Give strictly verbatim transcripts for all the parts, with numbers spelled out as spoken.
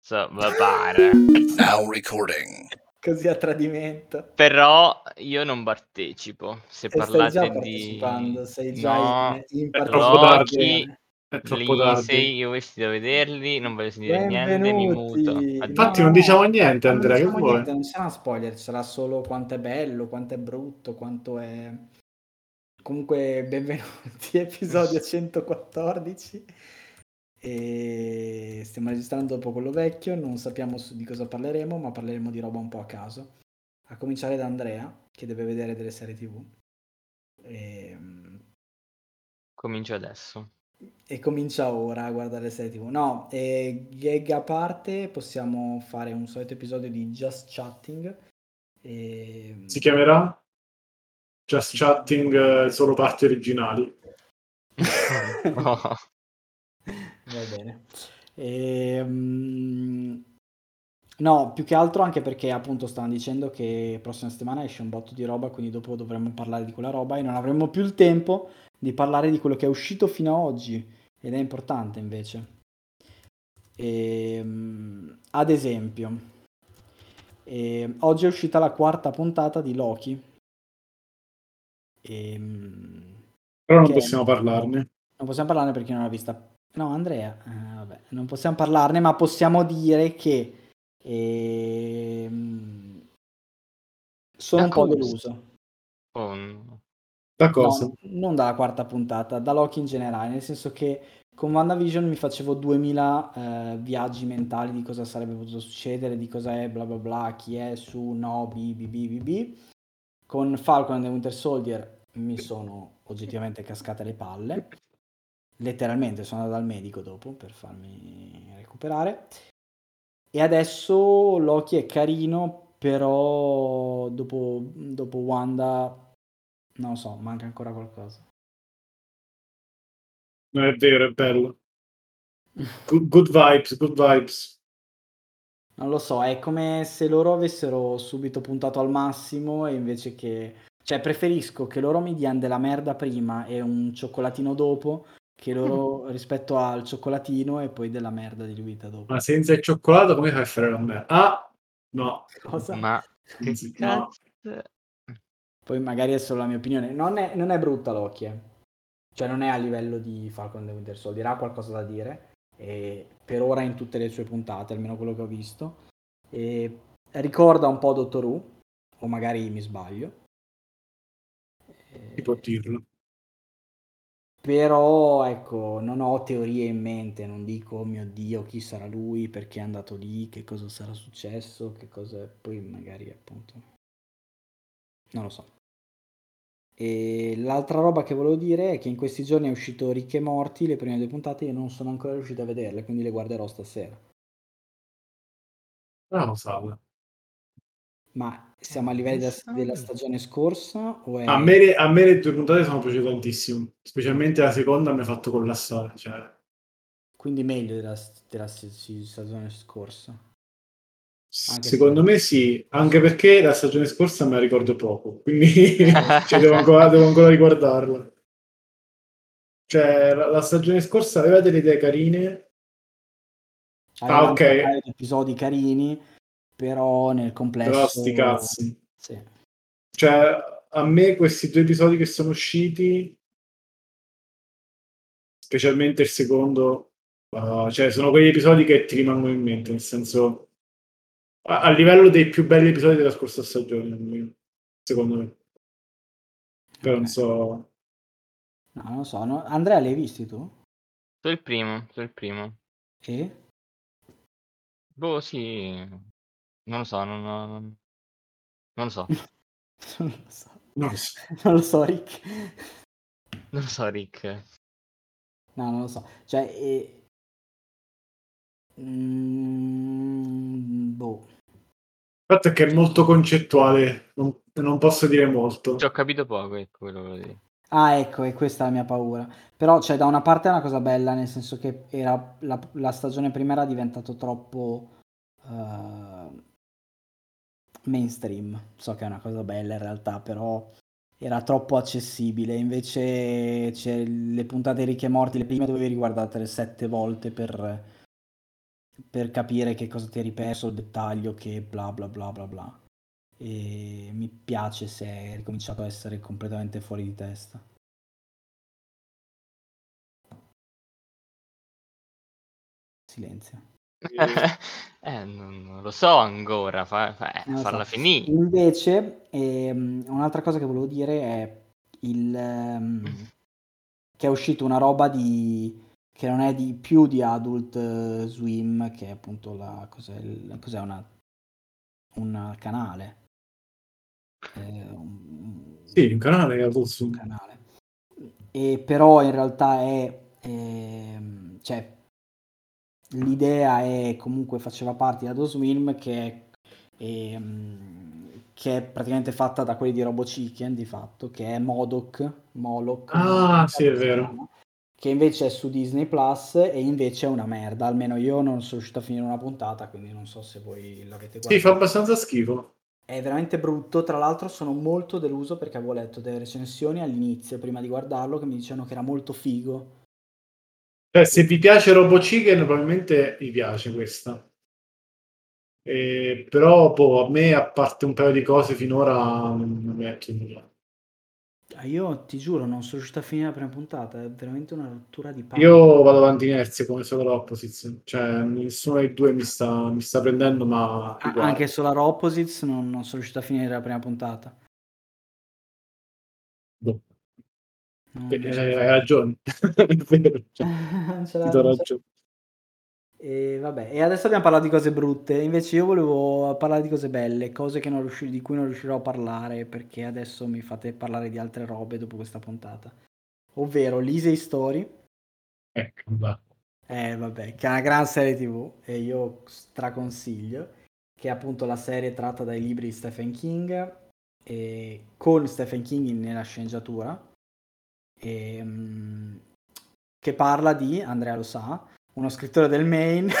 cazzo mi pare. Now recording. Così a tradimento. Però io non partecipo. Se E stai parlate già di partecipando, sei già no, in, in È troppo tardi. partecipazione. È troppo Lindsay, tardi. io questi devo vederli, non voglio sentire niente, mi Benvenuti. muto. No, Infatti no, non diciamo no, niente, non Andrea, che diciamo vuoi? niente, non sarà spoiler, sarà solo quanto è bello, quanto è brutto, quanto è... Comunque, benvenuti, episodio centoquattordici. E stiamo registrando dopo quello vecchio, non sappiamo su- di cosa parleremo, ma parleremo di roba un po' a caso. A cominciare da Andrea, che deve vedere delle serie tivù. E, Comincio adesso. e comincia ora a guardare le serie tivù. No, e gag a parte, possiamo fare un solito episodio di Just Chatting. E... Si chiamerà Just Sì. Chatting, eh, solo parti originali. No. Va bene. Ehm, No, più che altro anche perché appunto stavano dicendo che prossima settimana esce un botto di roba, quindi dopo dovremmo parlare di quella roba e non avremo più il tempo di parlare di quello che è uscito fino ad oggi ed è importante invece. Ehm, ad esempio, ehm, oggi è uscita la quarta puntata di Loki. Ehm, Però non che possiamo parlarne. non possiamo parlarne perché non l'ho vista. No, Andrea, eh, vabbè, non possiamo parlarne, ma possiamo dire che ehm, sono Da un po' cosa? deluso. Oh, no. Da cosa? No, non dalla quarta puntata, da Loki in generale, nel senso che con WandaVision mi facevo duemila eh, viaggi mentali di cosa sarebbe potuto succedere, di cosa è, bla bla bla, chi è, su, no, b, b, b, b, b. Con Falcon and the Winter Soldier mi sono oggettivamente cascate le palle. Letteralmente sono andato dal medico dopo per farmi recuperare. E adesso Loki è carino, però dopo, dopo Wanda, non lo so, manca ancora qualcosa. Non è vero, è bello. Good, good vibes, good vibes. Non lo so, è come se loro avessero subito puntato al massimo e invece che... Cioè, preferisco che loro mi diano della merda prima e un cioccolatino dopo, che loro rispetto al cioccolatino e poi della merda diluita dopo. Ma senza il cioccolato come fai a fare la merda? Ah, no. Cosa? Ma che Sì, cazzo? no. Poi magari è solo la mia opinione. Non è, non è brutta Loki, eh. Cioè non è a livello di Falcon and the Winter Soldier, ha qualcosa da dire. E per ora in tutte le sue puntate, almeno quello che ho visto. E ricorda un po' Doctor Who, o magari mi sbaglio. Si può dirlo. Però ecco, non ho teorie in mente, non dico oh mio Dio chi sarà lui, perché è andato lì, che cosa sarà successo, che cosa poi magari appunto non lo so. E l'altra roba che volevo dire è che in questi giorni è uscito Rick e Morty, le prime due puntate io non sono ancora riuscito a vederle, quindi le guarderò stasera. Ah, lo so. Ma siamo a livelli della, della stagione scorsa o è... A me, le- a me le due puntate sono piaciute tantissimo, specialmente la seconda mi ha fatto collassare. Cioè, Quindi meglio della, della stagione scorsa? Anche secondo se- me sì, anche perché la stagione scorsa me la ricordo poco, quindi cioè, devo, ancora, devo ancora riguardarla. Cioè, la, la stagione scorsa aveva delle idee carine. Aveva Ah, anche un paio ok, di episodi carini, però nel però complesso... sti cazzi. Sì. Cioè, a me questi due episodi che sono usciti, specialmente il secondo, uh, cioè sono quegli episodi che ti rimangono in mente, nel senso, a, a livello dei più belli episodi della scorsa stagione, almeno, secondo me. Però non Ok. so... No, non lo so. no- Andrea, li hai visti tu? Sono il primo, sono il primo. Sì? Boh, sì. Non lo so, non, non, non lo so. Non lo so. Non so. Non lo so, Rick. Non lo so, Rick. No, non lo so. Cioè, eh, mm, boh. Il fatto è che è molto concettuale, non, non posso dire molto. Ci ho capito poco, ecco quello che volevo dire. Ah, ecco, e questa è la mia paura. Però, cioè, da una parte è una cosa bella, nel senso che era la, la stagione prima era diventato troppo eh, mainstream. So che è una cosa bella in realtà, però era troppo accessibile. Invece, c'è le puntate Rick e Morty, le prime dovevi riguardartele sette volte per per capire che cosa ti eri perso, il dettaglio che bla bla bla bla bla. E mi piace se è ricominciato a essere completamente fuori di testa. Silenzio. Eh, non, non lo so ancora, fa, fa- eh, Non lo farla so. finire. Invece, ehm, un'altra cosa che volevo dire è il, ehm, che è uscito una roba di che non è di più di Adult eh, Swim, che è appunto la cos'è, il- cos'è una un canale. Eh, un, Sì, un canale Adult un Swim. canale. E però in realtà è ehm, cioè l'idea è comunque faceva parte di Adult Swim che è ehm, che è praticamente fatta da quelli di Robo Chicken di fatto, che è Modoc, Moloch, non Ah, so sì, è come si vero. chiama, che invece è su Disney Plus e invece è una merda, almeno io non sono riuscito a finire una puntata, quindi non so se voi l'avete Sì, fa guardato. abbastanza schifo. È veramente brutto, tra l'altro sono molto deluso perché avevo letto delle recensioni all'inizio, prima di guardarlo, che mi dicevano che era molto figo. Cioè, se vi piace Robo Chicken, probabilmente vi piace questa. Eh, però, boh, a me, a parte un paio di cose, finora non non mi è piaciuto nulla. Ah, io ti giuro, non sono riuscito a finire la prima puntata, è veramente una rottura di palle. Io vado avanti in inerzia come Solar Opposites. Cioè, nessuno dei due mi sta, mi sta prendendo, ma A- riguardo. anche Solar Opposites non, non sono riuscito a finire la prima puntata. Boh. Non, Eh, non ce l'ho hai fatta. ragione. È vero, cioè, Non ce ti l'ha- do non ce- ragione. E vabbè, e adesso abbiamo parlato di cose brutte, invece io volevo parlare di cose belle, cose che non riusci- di cui non riuscirò a parlare perché adesso mi fate parlare di altre robe dopo questa puntata. Ovvero l'Easy Story, Ecco, va. eh vabbè, che è una gran serie T V e io straconsiglio, che è appunto la serie tratta dai libri di Stephen King e con Stephen King nella sceneggiatura, e, mm, che parla di, Andrea lo sa, uno scrittore del Maine.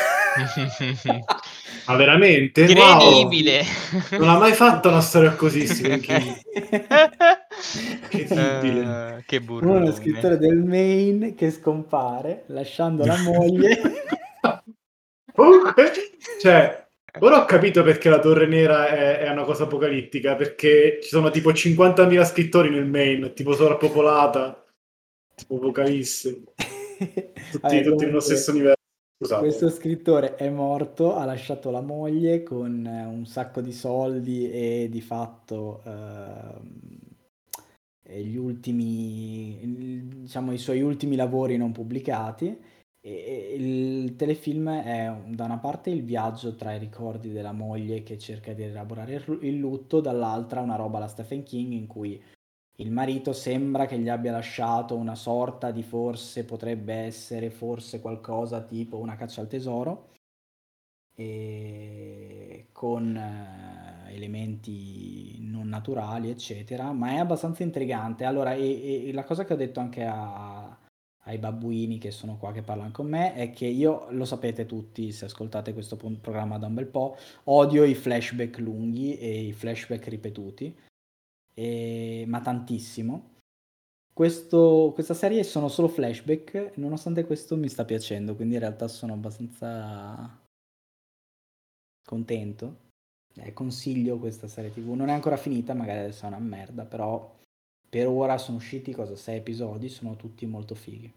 Ma veramente? Wow! Incredibile! Non ha mai fatto una storia così, Stephen King. Incredibile. Eh, che Uno burlone. scrittore del Maine che scompare lasciando la moglie. Comunque, cioè, ora ho capito perché la Torre Nera è, è una cosa apocalittica, perché ci sono tipo cinquantamila scrittori nel Maine, tipo sovrappopolata, tipo Apocalisse, tutti, Vabbè, tutti nello comunque, stesso livello. questo Scusate. scrittore è morto, ha lasciato la moglie con eh, un sacco di soldi e di fatto ehm, e gli ultimi, il- diciamo, i suoi ultimi lavori non pubblicati. E e il telefilm è un- da una parte il viaggio tra i ricordi della moglie che cerca di elaborare il il lutto, dall'altra una roba alla Stephen King in cui il marito sembra che gli abbia lasciato una sorta di forse potrebbe essere forse qualcosa tipo una caccia al tesoro e con eh, elementi non naturali, eccetera, ma è abbastanza intrigante. Allora, e, e la cosa che ho detto anche a- ai babbuini che sono qua che parlano con me è che io, lo sapete tutti se ascoltate questo po- programma da un bel po', odio i flashback lunghi e i flashback ripetuti, e- ma tantissimo. Questo- questa serie sono solo flashback, nonostante questo mi sta piacendo, quindi in realtà sono abbastanza contento. Eh, consiglio questa serie T V. Non è ancora finita, magari adesso è una merda, però per ora sono usciti cosa? sei episodi, sono tutti molto fighi.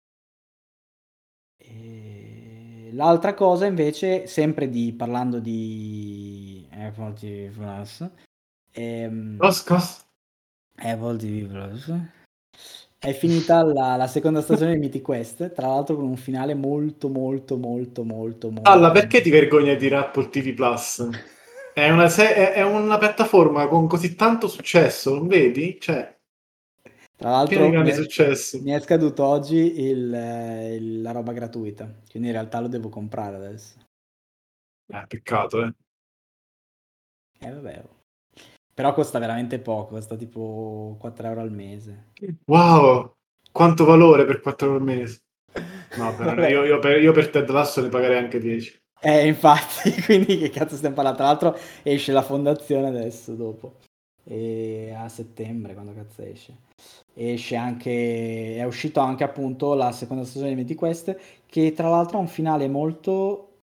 E l'altra cosa invece, sempre di parlando di Apple T V Plus, ehm, Cos, cos? Apple T V Plus, è finita la, la seconda stagione di Mythic Quest, tra l'altro con un finale molto molto molto molto molto Alla, perché ti vergogni di dire Apple T V Plus? È una, se- è è una piattaforma con così tanto successo, non vedi? Cioè, Tra piena di l'altro mi grande è, successo. mi è scaduto oggi il- eh, il- la roba gratuita, quindi in realtà lo devo comprare adesso. Eh, peccato, eh. Eh vabbè, oh. Però costa veramente poco, costa tipo quattro euro al mese. Wow, quanto valore per quattro euro al mese. No, però no, io, Vabbè. io per, io per Ted Lasso ne pagherei anche dieci. Eh, infatti, quindi che cazzo stiamo parlando? Tra l'altro esce la fondazione adesso, dopo. E a settembre, quando cazzo esce? Esce anche, è uscito anche appunto la seconda stagione di Mythic Quest, che tra l'altro ha un finale molto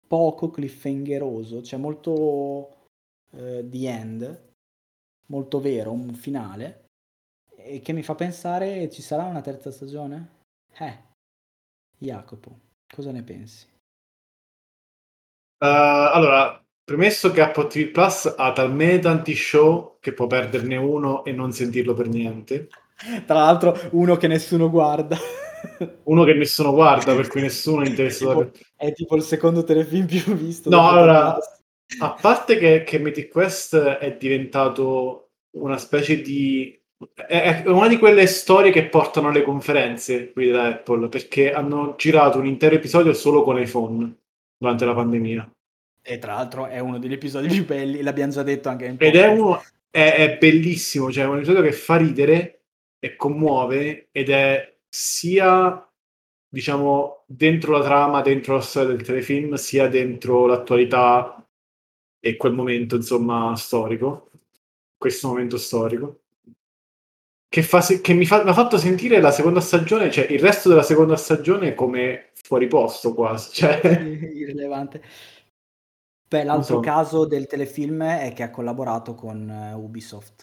poco cliffhangeroso, cioè molto eh, the end, molto vero, un finale, e che mi fa pensare ci sarà una terza stagione? Eh, Jacopo, cosa ne pensi? Uh, allora, premesso che Apple ti vu Plus ha talmente tanti show che può perderne uno e non sentirlo per niente. Tra l'altro uno che nessuno guarda. Uno che nessuno guarda, per cui nessuno è è, interessato. tipo, è tipo il secondo telefilm più visto No, dopo Ted allora, Lasso. a parte che, che Mythic Quest è diventato una specie di... È, è una di quelle storie che portano alle conferenze qui da Apple, perché hanno girato un intero episodio solo con iPhone durante la pandemia. E tra l'altro è uno degli episodi più belli, l'abbiamo già detto anche in Ed è, podcast. uno, è, è bellissimo, cioè è un episodio che fa ridere e commuove ed è sia, diciamo, dentro la trama, dentro la storia del telefilm, sia dentro l'attualità e quel momento, insomma, storico, questo momento storico, che, fa, se- che mi, fa- mi ha fatto sentire la seconda stagione, cioè il resto della seconda stagione come fuori posto quasi, cioè, Irrilevante. Beh, non l'altro so. caso del telefilm è che ha collaborato con eh, Ubisoft.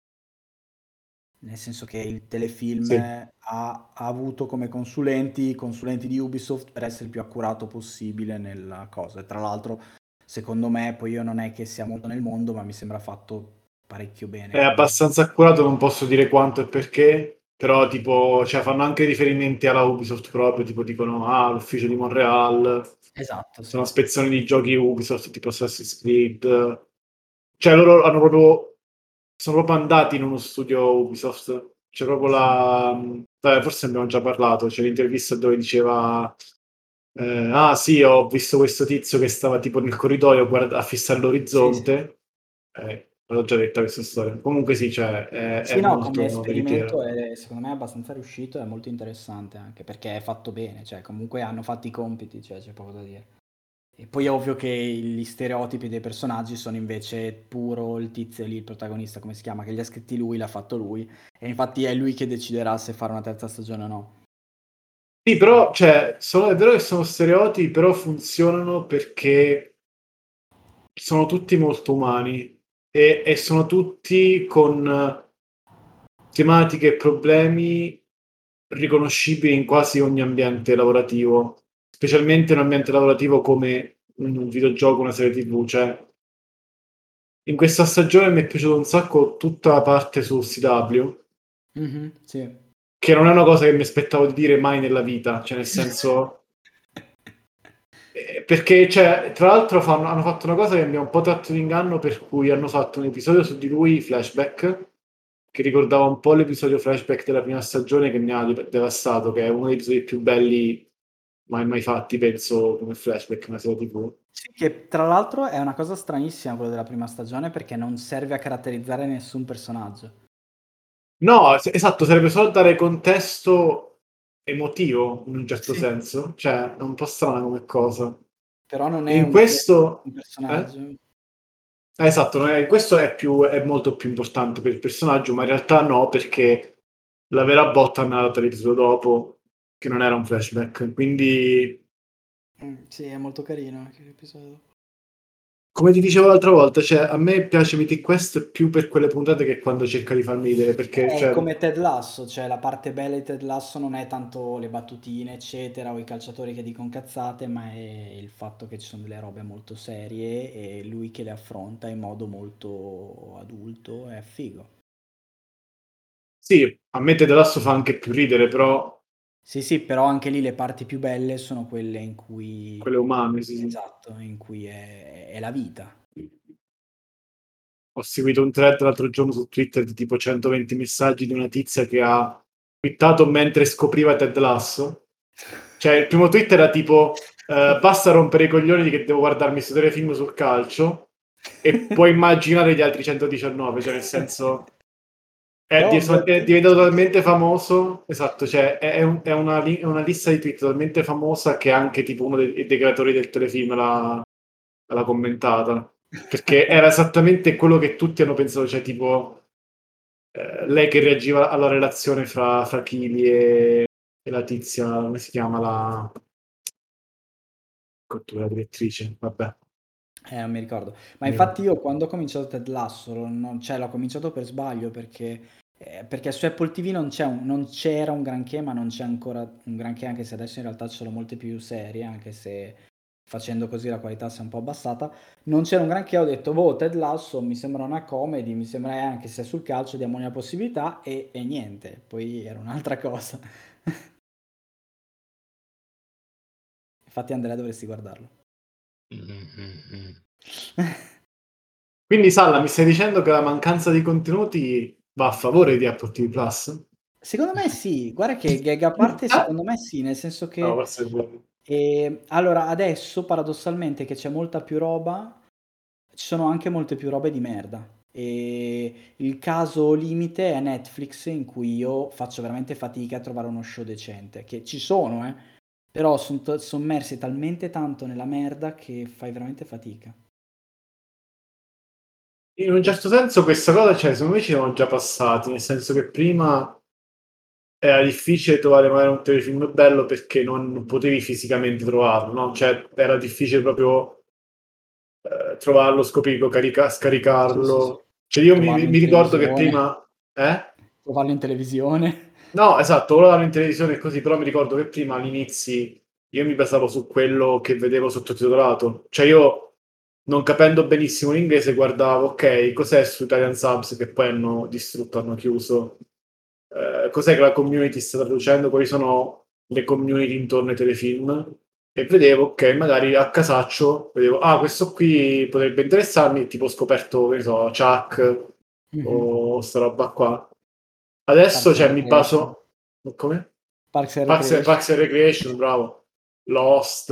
Nel senso che il telefilm Sì. ha, ha avuto come consulenti i consulenti di Ubisoft per essere il più accurato possibile nella cosa. E tra l'altro, secondo me, poi io non è che sia molto nel mondo, ma mi sembra fatto parecchio bene. È Quindi... abbastanza accurato, non posso dire quanto e perché, però tipo, cioè, fanno anche riferimenti alla Ubisoft proprio, tipo dicono, ah, l'ufficio di Montreal, Esatto, sì. sono spezzoni di giochi Ubisoft, tipo Assassin's Creed. Cioè, loro hanno proprio, sono proprio andati in uno studio Ubisoft. C'è proprio la... Vabbè, forse ne abbiamo già parlato, c'è l'intervista dove diceva... eh, ah sì, ho visto questo tizio che stava tipo nel corridoio guarda- a fissare Sì, sì. l'orizzonte. Eh, l'ho già detta questa storia. Comunque sì, cioè, è, è Sì, no, come molto esperimento veritiero. è, secondo me è abbastanza riuscito, è molto interessante anche perché è fatto bene, cioè comunque hanno fatto i compiti, cioè c'è poco da dire. E poi è ovvio che gli stereotipi dei personaggi sono invece puro il tizio lì, il protagonista, come si chiama, che li ha scritti lui, l'ha fatto lui, e infatti è lui che deciderà se fare una terza stagione o no. Sì, però, cioè, sono, è vero che sono stereotipi, però funzionano perché sono tutti molto umani e, e sono tutti con tematiche e problemi riconoscibili in quasi ogni ambiente lavorativo, specialmente in un ambiente lavorativo come un videogioco, una serie tivù. Cioè, in questa stagione mi è piaciuto un sacco tutta la parte su C W, Mhm, sì. che non è una cosa che mi aspettavo di dire mai nella vita, cioè nel senso... Eh, Perché, cioè, tra l'altro fanno- hanno fatto una cosa che mi ha un po' tratto in inganno, per cui hanno fatto un episodio su di lui, flashback, che ricordava un po' l'episodio flashback della prima stagione che mi ha de- devastato, che è uno dei episodi più belli mai, mai fatti, penso, come flashback, una serie tivù. Sì, che tra l'altro è una cosa stranissima quello della prima stagione perché non serve a caratterizzare nessun personaggio. No, es- esatto, sarebbe solo dare contesto emotivo, in un certo Sì. senso, cioè, è un po' strana come cosa. Però non è In un flashback di questo... un Eh? personaggio. Eh, Esatto, non è- questo è, più, è molto più importante per il personaggio, ma in realtà no, perché la vera botta è nata l'episodio dopo, che non era un flashback. Quindi, Mm, sì, è molto carino anche l'episodio. come ti dicevo l'altra volta, cioè, a me piace Mythic Quest più per quelle puntate che quando cerca di farmi ridere, perché, È cioè, come Ted Lasso, cioè la parte bella di Ted Lasso non è tanto le battutine, eccetera, o i calciatori che dicono cazzate, ma è il fatto che ci sono delle robe molto serie e lui che le affronta in modo molto adulto, è figo. sì, a me Ted Lasso fa anche più ridere, però Sì, sì, però anche lì le parti più belle sono quelle in cui, quelle umane, sì, sì. esatto, in cui è, è la vita. Ho seguito un thread l'altro giorno su Twitter di tipo centoventi messaggi di una tizia che ha twittato mentre scopriva Ted Lasso. Cioè, il primo tweet era tipo eh, basta rompere i coglioni di che devo guardarmi questo telefilm sul calcio e puoi immaginare gli altri centodiciannove, cioè nel senso È è, di- ovvio, è sì, diventato sì, sì. talmente famoso, esatto, cioè è, è un- è una, li- è una lista di tweet talmente famosa che anche tipo uno dei, dei creatori del telefilm l'ha, l'ha commentata, perché era esattamente quello che tutti hanno pensato, cioè tipo eh, lei che reagiva alla relazione fra, fra Kili e, e la tizia, come si chiama? La... Cottura direttrice, vabbè. Eh, non mi ricordo. Ma Mi infatti ricordo. io quando ho cominciato Ted Lasso, non cioè l'ho cominciato per sbaglio perché ehm, perché su Apple ti vu non c'è un non c'era un granché, ma non c'è ancora un granché, anche se adesso in realtà ci sono molte più serie, anche se facendo così la qualità si è un po' abbassata. Non c'era un granché, ho detto: "Boh, Ted Lasso mi sembra una comedy, mi sembra eh, anche se è sul calcio diamogli una possibilità", e e niente, poi era un'altra cosa. Infatti Andrea dovresti guardarlo. Mh-mh-mh. Quindi Salla, mi stai dicendo che la mancanza di contenuti va a favore di Apple ti vu Plus? Secondo me sì, guarda che gag a parte Eh? secondo me sì, nel senso No, che forse è vero. ehm, allora adesso paradossalmente che c'è molta più roba, ci sono anche molte più robe di merda. Ehm, il caso limite è Netflix, in cui io faccio veramente fatica a trovare uno show decente, che ci sono eh, però son t sommersi talmente tanto nella merda che fai veramente fatica. In un certo senso questa cosa, cioè, secondo me ci siamo già passati, nel senso che prima era difficile trovare magari un telefilm bello perché non potevi fisicamente trovarlo, no? Cioè, era difficile proprio eh, trovarlo, scoprirlo, carica- Sì, sì, sì. scaricarlo. Cioè, io mi, Trovarlo in mi ricordo che televisione, prima... Eh? trovarlo in televisione. No, esatto, ora vanno in televisione e così, però mi ricordo che prima all'inizio io mi basavo su quello che vedevo sottotitolato. Cioè io, non capendo benissimo l'inglese, guardavo, ok, cos'è su Italian Subs che poi hanno distrutto, hanno chiuso. Eh, cos'è che la community sta traducendo, quali sono le community intorno ai telefilm, e vedevo, ok, magari a casaccio, vedevo, ah, questo qui potrebbe interessarmi, tipo ho scoperto, che ne so, Chuck Mh-mh. o sta roba qua. Adesso, Parks and cioè, mi Recreation. baso... Come? Parks and Parks and, Recreation. Parks and Recreation, bravo. Lost,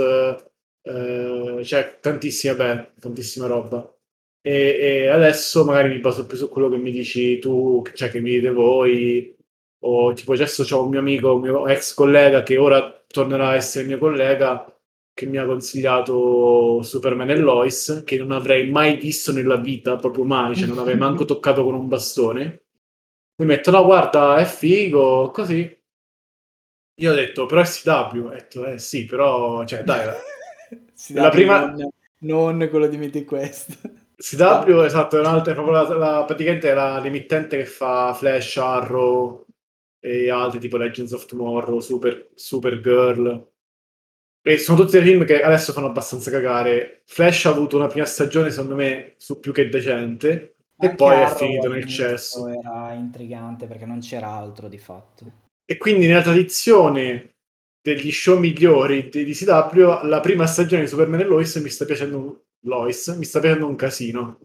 eh, cioè tantissima, beh, tantissima roba. E, e adesso magari mi baso più su quello che mi dici tu, cioè che mi dite voi, o tipo adesso c'ho un mio amico, un mio ex collega che ora tornerà a essere mio collega, che mi ha consigliato Superman e Lois, che non avrei mai visto nella vita, proprio mai, cioè non avrei manco toccato con un bastone. Mi metto, no, guarda, è figo, così. Io ho detto, però è C W. Ho detto, eh sì, però, cioè, dai, la, la C W prima... non non quello di Mythic Quest. C W, esatto, è un'altra, è proprio la, la- praticamente è la- l'emittente che fa Flash, Arrow e altri, tipo Legends of Tomorrow, Super, Supergirl. E sono tutti dei film che adesso fanno abbastanza cagare. Flash ha avuto una prima stagione, secondo me, su più che decente, e Anche poi è Arrow finito nel all'inizio cesso. era intrigante perché non c'era altro di fatto. E quindi nella tradizione degli show migliori di, di C W, la prima stagione di Superman e Lois mi sta piacendo un, Lois, mi sta piacendo un casino.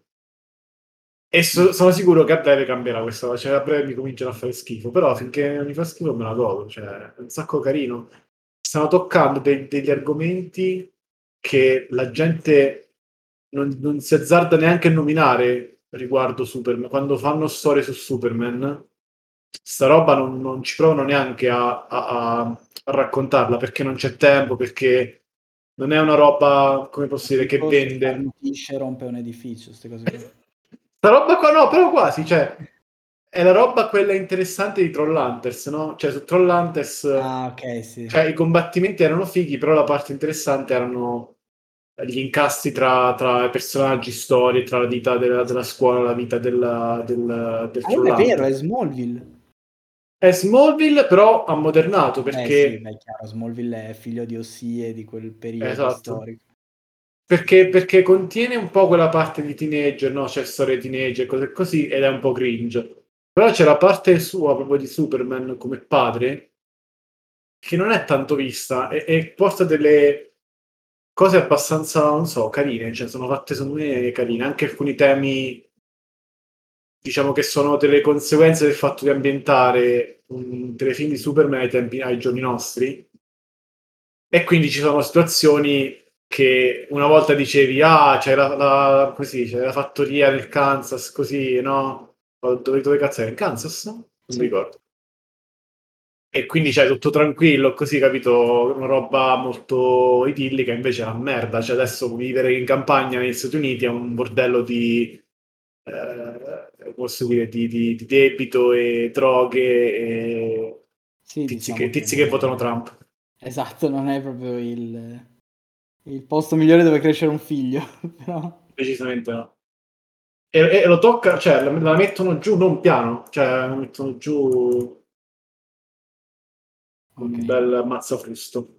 E so- Mh. sono sicuro che a breve cambierà questa cosa, cioè a breve mi comincerà a fare schifo, però finché non mi fa schifo me la godo, cioè è un sacco carino. Stanno toccando de- degli argomenti che la gente non, non si azzarda neanche a nominare riguardo Superman. Quando fanno storie su Superman, sta roba non, non ci provano neanche a, a- a- a raccontarla perché non c'è tempo, perché non è una roba, come posso dire, che Tipo se vende. starnutisce rompe un edificio, 'ste cose qua. Sta roba qua no, però quasi, cioè, è la roba quella interessante di Trollhunters, no? Cioè, su Trollhunters, Ah, okay, sì. cioè, i combattimenti erano fighi, però la parte interessante erano gli incassi tra, tra i personaggi, storie, tra la vita della, della scuola, la vita della- del, del Ah, non è vero, è Trollhunter. Smallville. È Smallville, però ammodernato, Eh sì, perché... beh, è chiaro, Smallville è figlio di Ossie di quel periodo Esatto. storico. Perché, perché contiene un po' quella parte di teenager, no? C'è storie teenager, cose così, ed è un po' cringe. Però c'è la parte sua proprio di Superman come padre, che non è tanto vista, e, e porta delle cose abbastanza, non so, carine, cioè sono fatte secondo me carine, anche alcuni temi, diciamo che sono delle conseguenze del fatto di ambientare un telefilm di Superman ai tempi, ai giorni nostri, e quindi ci sono situazioni che una volta dicevi, ah, c'è la, la, come si dice, la fattoria nel Kansas, così, no? Dove, dove cazzo è? In Kansas? Non mi Sì. ricordo. E quindi c'è tutto tranquillo, così, capito? Una roba molto idillica, invece è una merda. Cioè adesso vivere in campagna negli Stati Uniti è un bordello di, eh, posso dire, di, di- di debito e droghe e Sì, tizi diciamo che, che tizi che non votano è Trump. esatto, non è proprio il Il posto migliore dove crescere un figlio, però... Decisamente no. E, e lo tocca, cioè la, la mettono giù non piano, cioè la mettono giù un Ok. bel ammazzafrusto.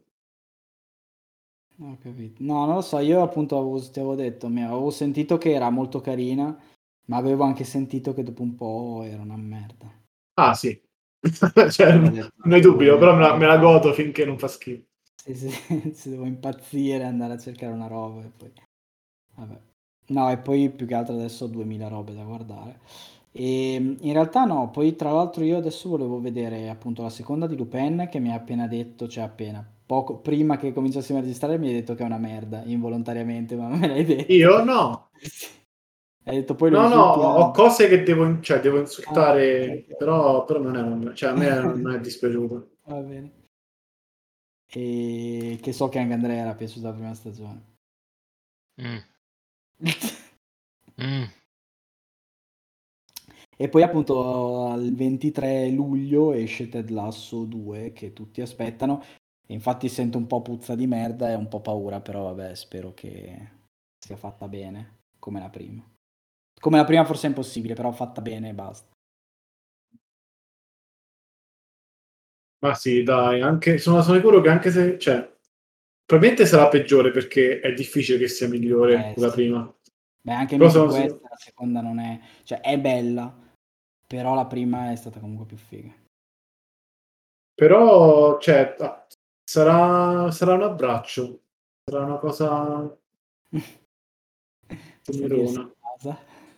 Ho capito. No, non lo so, io appunto avevo, ti avevo detto, mi avevo sentito che era molto carina, ma avevo anche sentito che dopo un po' era una merda. Ah sì, cioè, Ho non detto, hai devo dubbi, però me la, diventare me la pazzo. godo finché non fa schifo. Sì, sì, se devo impazzire, andare a cercare una roba e poi... Vabbè. No, e poi più che altro adesso ho duemila robe da guardare. E in realtà no, poi tra l'altro io adesso volevo vedere appunto la seconda di Lupin che mi ha appena detto, cioè appena, poco prima che cominciassimo a registrare mi hai detto che è una merda, involontariamente, ma me l'hai detto. Io no, Sì. Hai detto poi lo no, no, insulti ho anche. cose che devo, cioè, devo Ah, insultare, ok, però, però non è, un- cioè, a me non è dispiaciuto. va bene. E che so che anche a Andrea era piaciuta la prima stagione. Mm. Mm. E poi appunto il ventitré luglio esce Ted Lasso due che tutti aspettano e infatti sento un po' puzza di merda e un po' paura, però vabbè, spero che sia fatta bene come la prima. Come la prima forse è impossibile, però fatta bene e basta. Ma sì, dai, anche, sono, sono sicuro che anche se, cioè, probabilmente sarà peggiore perché è difficile che sia migliore Eh quella sì. prima. Beh, anche Però Mythic sono Quest, sicuro. la seconda non è... cioè è bella, però la prima è stata comunque più figa. Però, cioè, ah, sarà, sarà un abbraccio, sarà una cosa Sentirsi tenerona. a casa.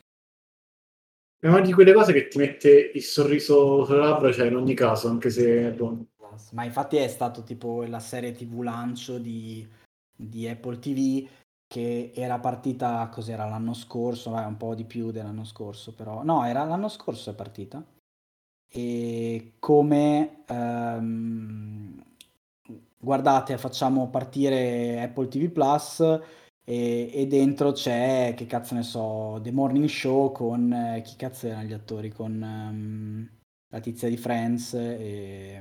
È una di quelle cose che ti mette il sorriso sulle labbra, cioè, in ogni caso, anche se è buono. Ma infatti è stato tipo la serie T V lancio di, di Apple T V che era partita, cos'era, l'anno scorso, vai, un po' di più dell'anno scorso però, no, era l'anno scorso è partita, e come, ehm, guardate, facciamo partire Apple T V Plus e, e dentro c'è, che cazzo ne so, The Morning Show con, eh, chi cazzo erano gli attori, con ehm, la tizia di Friends e...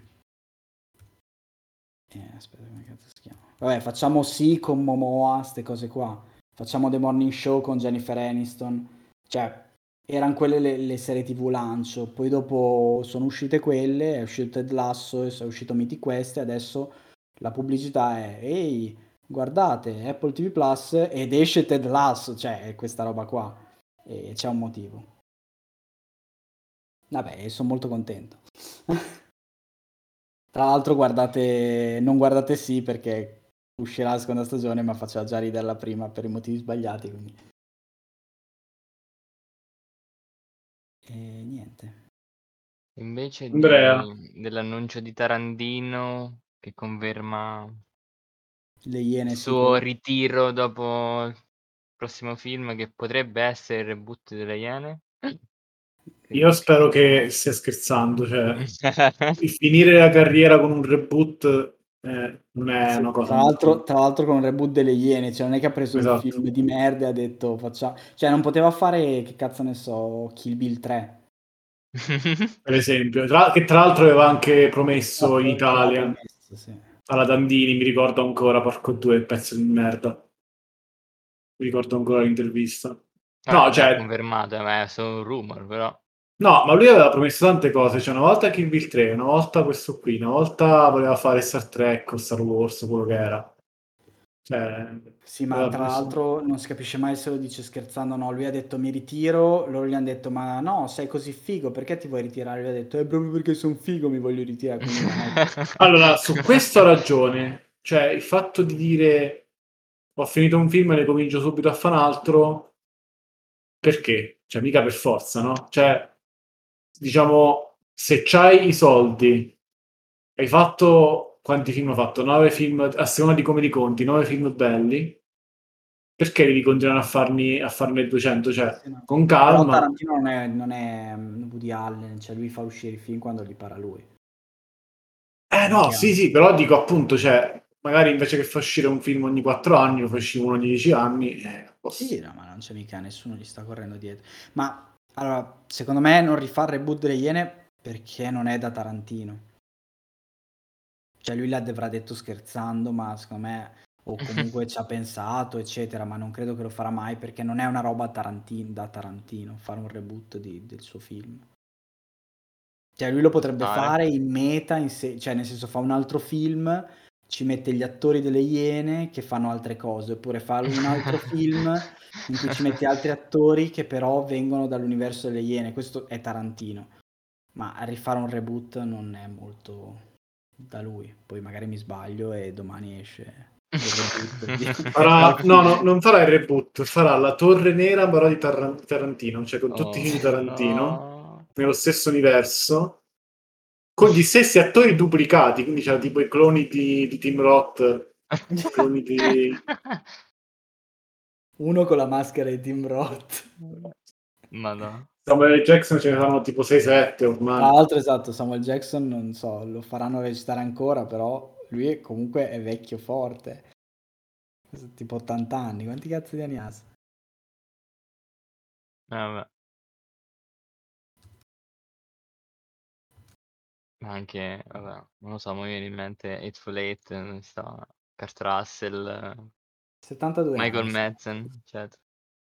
eh, aspetta, come cazzo si chiama? Vabbè, facciamo sì con Momoa, ste cose qua. Facciamo The Morning Show con Jennifer Aniston. Cioè, erano quelle le, le serie T V lancio. Poi dopo sono uscite quelle, è uscito Ted Lasso, è uscito Mythic Quest e adesso la pubblicità è ehi, guardate, Apple T V Plus ed esce Ted Lasso, cioè è questa roba qua. E c'è un motivo. Vabbè, sono molto contento. Tra l'altro guardate, non guardate sì perché uscirà la seconda stagione, ma faceva già ridere la prima per i motivi sbagliati, quindi... E niente. Invece Andrea, di, dell'annuncio di Tarantino che conferma Le il Iene suo sequel. ritiro dopo il prossimo film che potrebbe essere il reboot delle Iene. Che io dici? spero che stia scherzando, cioè, finire la carriera con un reboot eh, non è Sì, una cosa tra molto... l'altro, tra l'altro con il reboot delle Iene, cioè non è che ha preso un Esatto. film di merda e ha detto facciamo... Cioè non poteva fare, che cazzo ne so, Kill Bill tre. Per esempio, tra- che tra l'altro aveva anche promesso in No, ce l'aveva Italia promesso, sì. alla Dandini, mi ricordo ancora, porco due, pezzo di merda, mi ricordo ancora l'intervista. Vabbè, No, non è cioè, confermato, ma è solo un rumor, però. no, ma lui aveva promesso tante cose, cioè una volta Kill Bill tre, una volta questo qui, una volta voleva fare Star Trek o Star Wars, quello che era. Cioè, Sì, ma aveva tra promesso... l'altro non si capisce mai se lo dice scherzando o no. Lui ha detto mi ritiro, loro gli hanno detto ma no, sei così figo, perché ti vuoi ritirare? Lui ha detto è proprio perché sono figo mi voglio ritirare, quindi non è che... Allora, su questo ha ragione, cioè il fatto di dire ho finito un film e ne comincio subito a fare un altro, perché? Cioè, mica per forza, no? Cioè, diciamo, se c'hai i soldi, hai fatto quanti film ho fatto? Nove film, a seconda di come li conti, nove film belli, perché devi continuare a farne, a farne duecento? Cioè, Sì, no. con Ma però calma. Tarantino non è, non è mm, Woody Allen, cioè lui fa uscire i film quando gli para lui. Eh Non è no, che ha... sì, sì, però dico appunto, cioè, magari invece che far uscire un film ogni quattro anni, lo fai uscire uno ogni dieci anni, eh, a posto. Sì, no, ma non c'è mica nessuno gli sta correndo dietro. Ma allora, secondo me non rifà il reboot delle Iene perché non è da Tarantino. Cioè lui l'avrà detto scherzando, ma secondo me o comunque ci ha pensato, eccetera, ma non credo che lo farà mai perché non è una roba Tarantin- da Tarantino, fare un reboot di- del suo film. Cioè lui lo potrebbe Fare. fare in meta, in se- cioè nel senso fa un altro film, ci mette gli attori delle Iene che fanno altre cose, oppure fa un altro film in cui ci mette altri attori che però vengono dall'universo delle Iene. Questo è Tarantino, ma rifare un reboot non è molto da lui. Poi magari mi sbaglio e domani esce il reboot di... Farà, no, no, non farà il reboot, farà la Torre Nera però di Tar- Tarantino, cioè con tutti i Oh, film di Tarantino no. nello stesso universo, con gli stessi attori duplicati, quindi c'era tipo i cloni di, di Tim Roth, i cloni di... Uno con la maschera di Tim Roth. Madonna. Samuel L. Jackson ce ne saranno tipo sei sette ormai. Tra l'altro, esatto, Samuel Jackson, non so, lo faranno recitare ancora, però lui è- comunque è vecchio forte. Tipo ottanta anni, quanti cazzo di anni ha? Eh, vabbè. Ma anche, vabbè, non lo so, mi viene in mente Hateful Eight, eh, sta Kurt Russell, eh, settantadue Michael anni. Madsen, eccetera.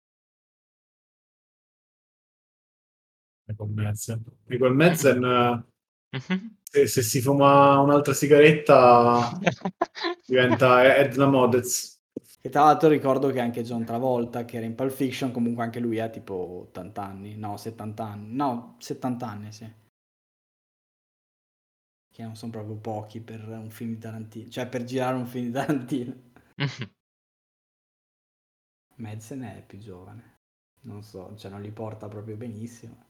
Michael Madsen. Michael Madsen, eh, se, se si fuma un'altra sigaretta diventa Edna Modez. E tra l'altro ricordo che anche John Travolta, che era in Pulp Fiction, comunque anche lui ha tipo ottanta anni, no, settanta anni, no, settanta anni, sì. Che non sono proprio pochi per un film di Tarantino, cioè per girare un film di Tarantino. Madsen è più giovane, non so, cioè non li porta proprio benissimo.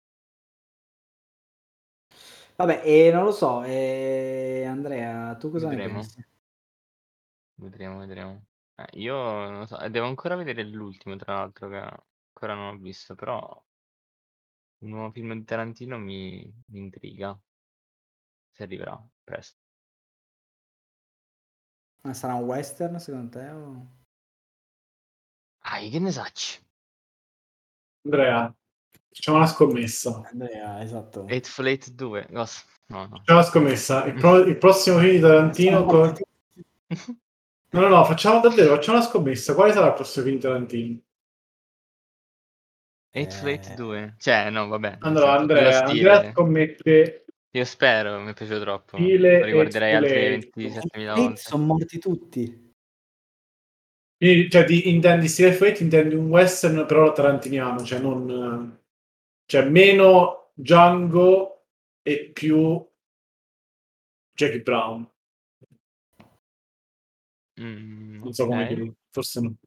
Vabbè, e non lo so, e Andrea, tu cosa ne Vedremo. pensi? Vedremo, vedremo. Eh, io non lo so, e devo ancora vedere l'ultimo, tra l'altro, che ancora non ho visto, però un nuovo film di Tarantino mi, mi intriga. Se arriverà presto. Ma sarà un western secondo te? O... Ah, che ne sacci? Andrea, facciamo una scommessa. Andrea, esatto. Hateful Eight due? Cosa? No, no. Facciamo una scommessa. Il, pro- il prossimo film di Tarantino... Siamo con- morti tutti. No, no, no, facciamo davvero, facciamo una scommessa. Quale sarà il prossimo film di Tarantino? Hateful Eight Eh, due? Cioè, no, vabbè, nel Allora, senso, quello Andrea, Andrea stile. scommette Io spero, mi è piaciuto troppo. stile Lo e riguarderei altre Hateful ventisettemila volte. sono morti tutti. Quindi, cioè, di, intendi stile Eight, intendi un western però tarantiniano, cioè non... cioè meno Django e più Jackie Brown. Mm, Non so come ok. dire, forse no.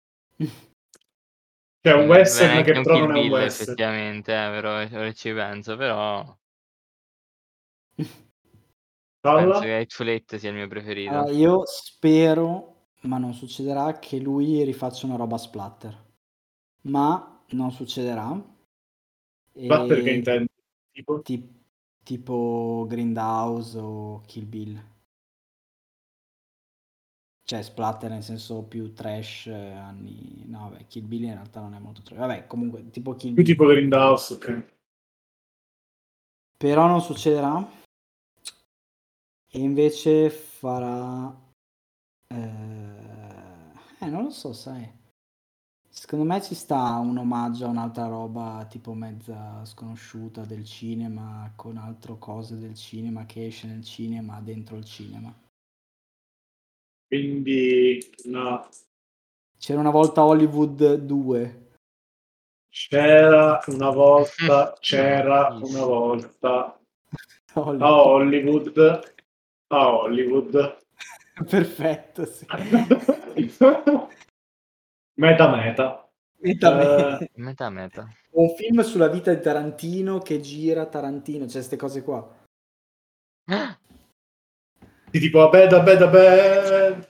Cioè un Mm, va bene western anche che un però Kill non è un Bill, western. effettivamente, eh, però ora ci penso, però penso Palla? che Hateful Eight sia il mio preferito. Allora, io spero, ma non succederà, che lui rifaccia una roba splatter. Ma non succederà. Splatter che E... intendi? Tipo? ti- tipo Grindhouse o Kill Bill. Cioè splatter nel senso più trash, eh, anni... No, vabbè, Kill Bill in realtà non è molto trash. Vabbè, comunque, tipo Kill Più Bill. tipo Grindhouse, ok. Però non succederà. E invece farà... Eh... eh, non lo so, sai. Secondo me ci sta un omaggio a un'altra roba tipo mezza sconosciuta del cinema, con altre cose del cinema che esce nel cinema, dentro il cinema. Quindi no. C'era una volta Hollywood due. C'era una volta, c'era Yes. una volta Hollywood. a Hollywood, a Hollywood. Perfetto, sì. Meta meta. Meta- Eh, Metà meta. Un film sulla vita di Tarantino che gira Tarantino, cioè queste cose qua. Di tipo, vabbè, vabbè, vabbè.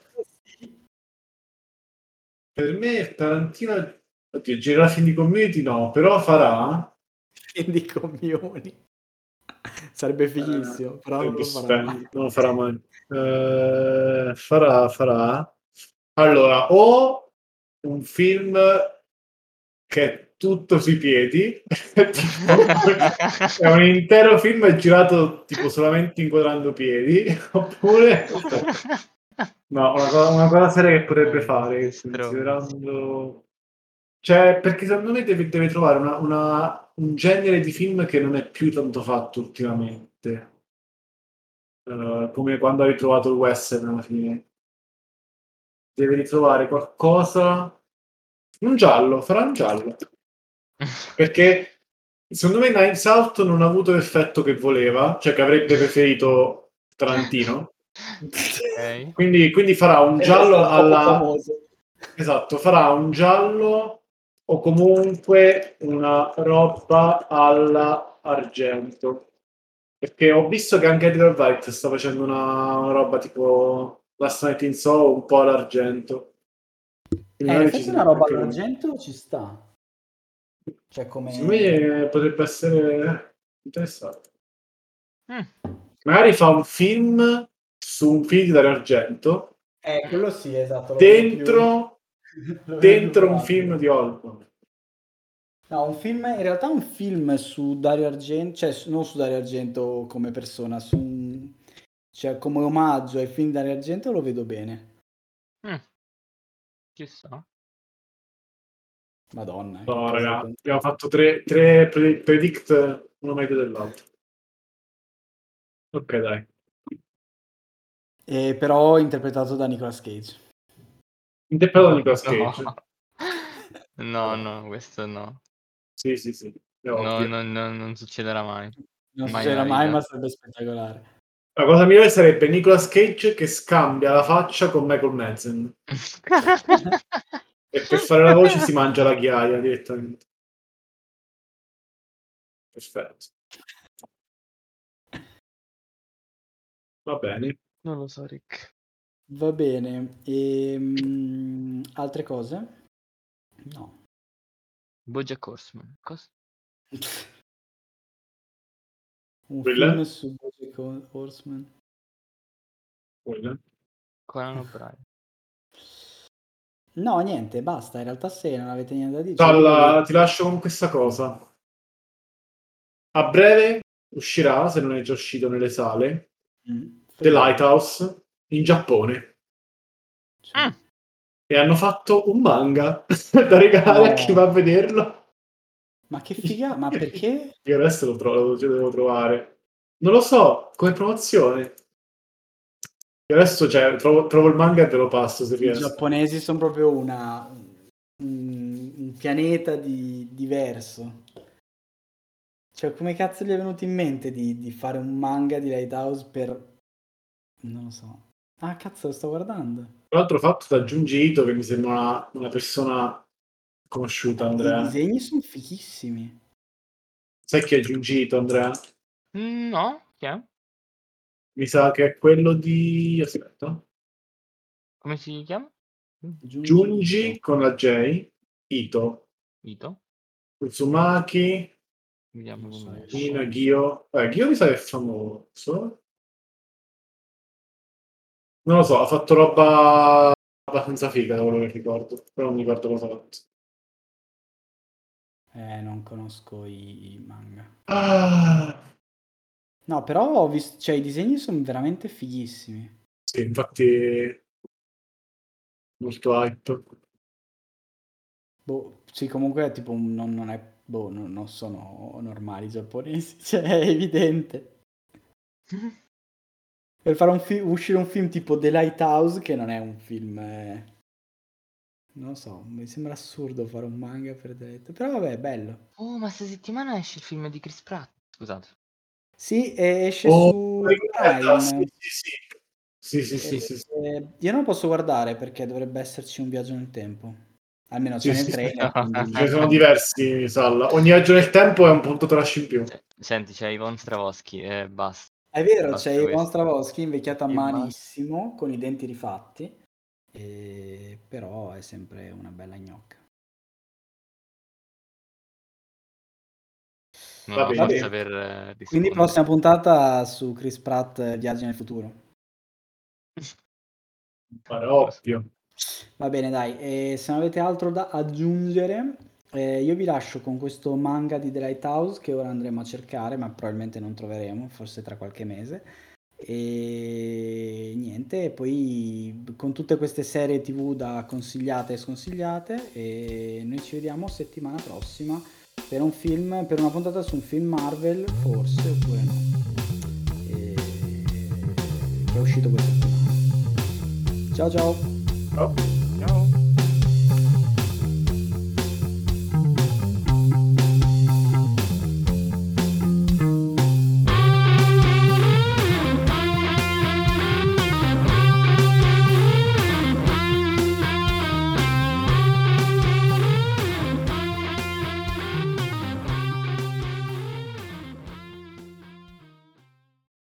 Per me Tarantino, oddio, girerà film di Community no, però farà Quindi coglioni. Sarebbe fighissimo, eh, però non sarebbe lo farà stupendo, mai. non lo farà mai. Eh, farà, farà. Allora, o un film che è tutto sui piedi, tipo, è un intero film girato tipo solamente inquadrando piedi, oppure No, una, co- una cosa seria che potrebbe Eh, fare, stronzi. considerando... Cioè, perché secondo me deve, deve trovare una- una- un genere di film che non è più tanto fatto ultimamente. Eh, come quando ha ritrovato il western alla fine. Deve ritrovare qualcosa... Un giallo, farà un giallo. Perché secondo me Knives Out non ha avuto l'effetto che voleva, cioè che avrebbe preferito Tarantino. Ok. Quindi, quindi farà un È giallo stato poco alla... famoso. Esatto, farà un giallo o comunque una roba alla argento. Perché ho visto che anche Edgar Wright sta facendo una, una roba tipo Last Night in Soho un po' all'argento. Quindi Eh, in magari ci effetti si una mette roba anche lui. all'argento ci sta. Cioè Secondo come... me potrebbe essere interessante. Mm. Magari fa un film su un film di Dario Argento Eh, quello sì, esatto, lo vedo più... dentro, lo vedo più dentro un probabile. film di Hollywood. No, un film, in realtà un film su Dario Argento, cioè su- non su Dario Argento come persona, su un- cioè come omaggio ai film di Dario Argento lo vedo bene. Mm. Ci sta. Madonna, che No, cosa raga, con- abbiamo fatto tre, tre pre- predict, uno meglio dell'altro. Ok, dai. Eh, però interpretato da Nicolas Cage. Interpretato da Nicolas No. Cage. No, no, questo no. Sì, sì, sì, è No, ovvio. no, no, non succederà mai. Non Mai nella succederà mai, vita. ma sarebbe spettacolare. La cosa migliore sarebbe Nicolas Cage che scambia la faccia con Michael Madsen. E per fare la voce si mangia la ghiaia direttamente. Perfetto. Va bene. Non lo so, Rick. Va bene. Ehm, altre cose? No. BoJack Horseman. Cosa? Un Quella? film su BoJack Horseman. Quella? Conan O'Brien. No, niente, basta. In realtà se non avete niente da dire, cioè, io Dalla- volevo- ti lascio con questa cosa. A breve uscirà, se non è già uscito nelle sale, Mm, The Lighthouse in Giappone. sì. Mm. E hanno fatto un manga da regalare a No. chi va a vederlo. Ma che figa, ma perché? Io adesso lo, trovo, lo devo trovare. Non lo so, come promozione. Io adesso cioè, trovo, trovo il manga e te lo passo se I riesco. giapponesi sono proprio una, un, un pianeta di, diverso. Cioè, come cazzo gli è venuto in mente di, di fare un manga di Lighthouse per... Non lo so. Ah, cazzo, lo sto guardando. Tra l'altro fatto da Junji Ito, che mi sembra una, una persona conosciuta, I Andrea. disegni sono fighissimi. Sai chi è Junji Ito, Andrea? Mm, no? Chi è? Mi sa che è quello di... Aspetta. Come si chiama? Mm, Junji Junji Ito. con la J, Ito, Ito? Uzumaki, Vediamo Non so, come Ina, esce. Gyo. Eh, Gyo mi sa che è famoso. Non lo so, ha fatto roba abbastanza figa da quello che ricordo, però non mi ricordo cosa ha fatto. Eh, non conosco i, i manga. Ah, No, però ho visto... Cioè, i disegni sono veramente fighissimi. sì, infatti molto hype. Boh, sì, comunque è tipo un- non, non è... Boh, non, non sono normali i giapponesi, cioè è evidente. Per fare un fi- uscire un film tipo The Lighthouse, che non è un film... eh, non lo so, mi sembra assurdo fare un manga per The Lighthouse. Però vabbè, è bello. Oh, ma sta settimana esce il film di Chris Pratt. Scusate. Sì, e esce Oh, su ricorda, sì, Prime. sì, sì. Sì, sì, sì, E- sì, sì. e io non posso guardare perché dovrebbe esserci un viaggio nel tempo. Almeno c'è Sì, nel sì, sì. trailer, quindi... Ce ne sono diversi, Salla. Ogni viaggio nel tempo è un punto trash in più. Se- Senti, c'è Ivon Stravoschi e basta. È vero, Basta c'è Ivan questo. Stravosky invecchiato a E basta. malissimo, con i denti rifatti, e- però è sempre una bella gnocca. Non Va ho bene. forza per eh, Quindi rispondere. prossima puntata su Chris Pratt, eh, Viaggi nel futuro. Pare ovvio. Va bene, dai, e se non avete altro da aggiungere, eh, io vi lascio con questo manga di The Lighthouse che ora andremo a cercare, ma probabilmente non troveremo, forse tra qualche mese. E niente, poi con tutte queste serie tv da consigliate e sconsigliate, e noi ci vediamo settimana prossima per un film, per una puntata su un film Marvel, forse, oppure no, e... che è uscito questa settimana. Ciao ciao! Ciao.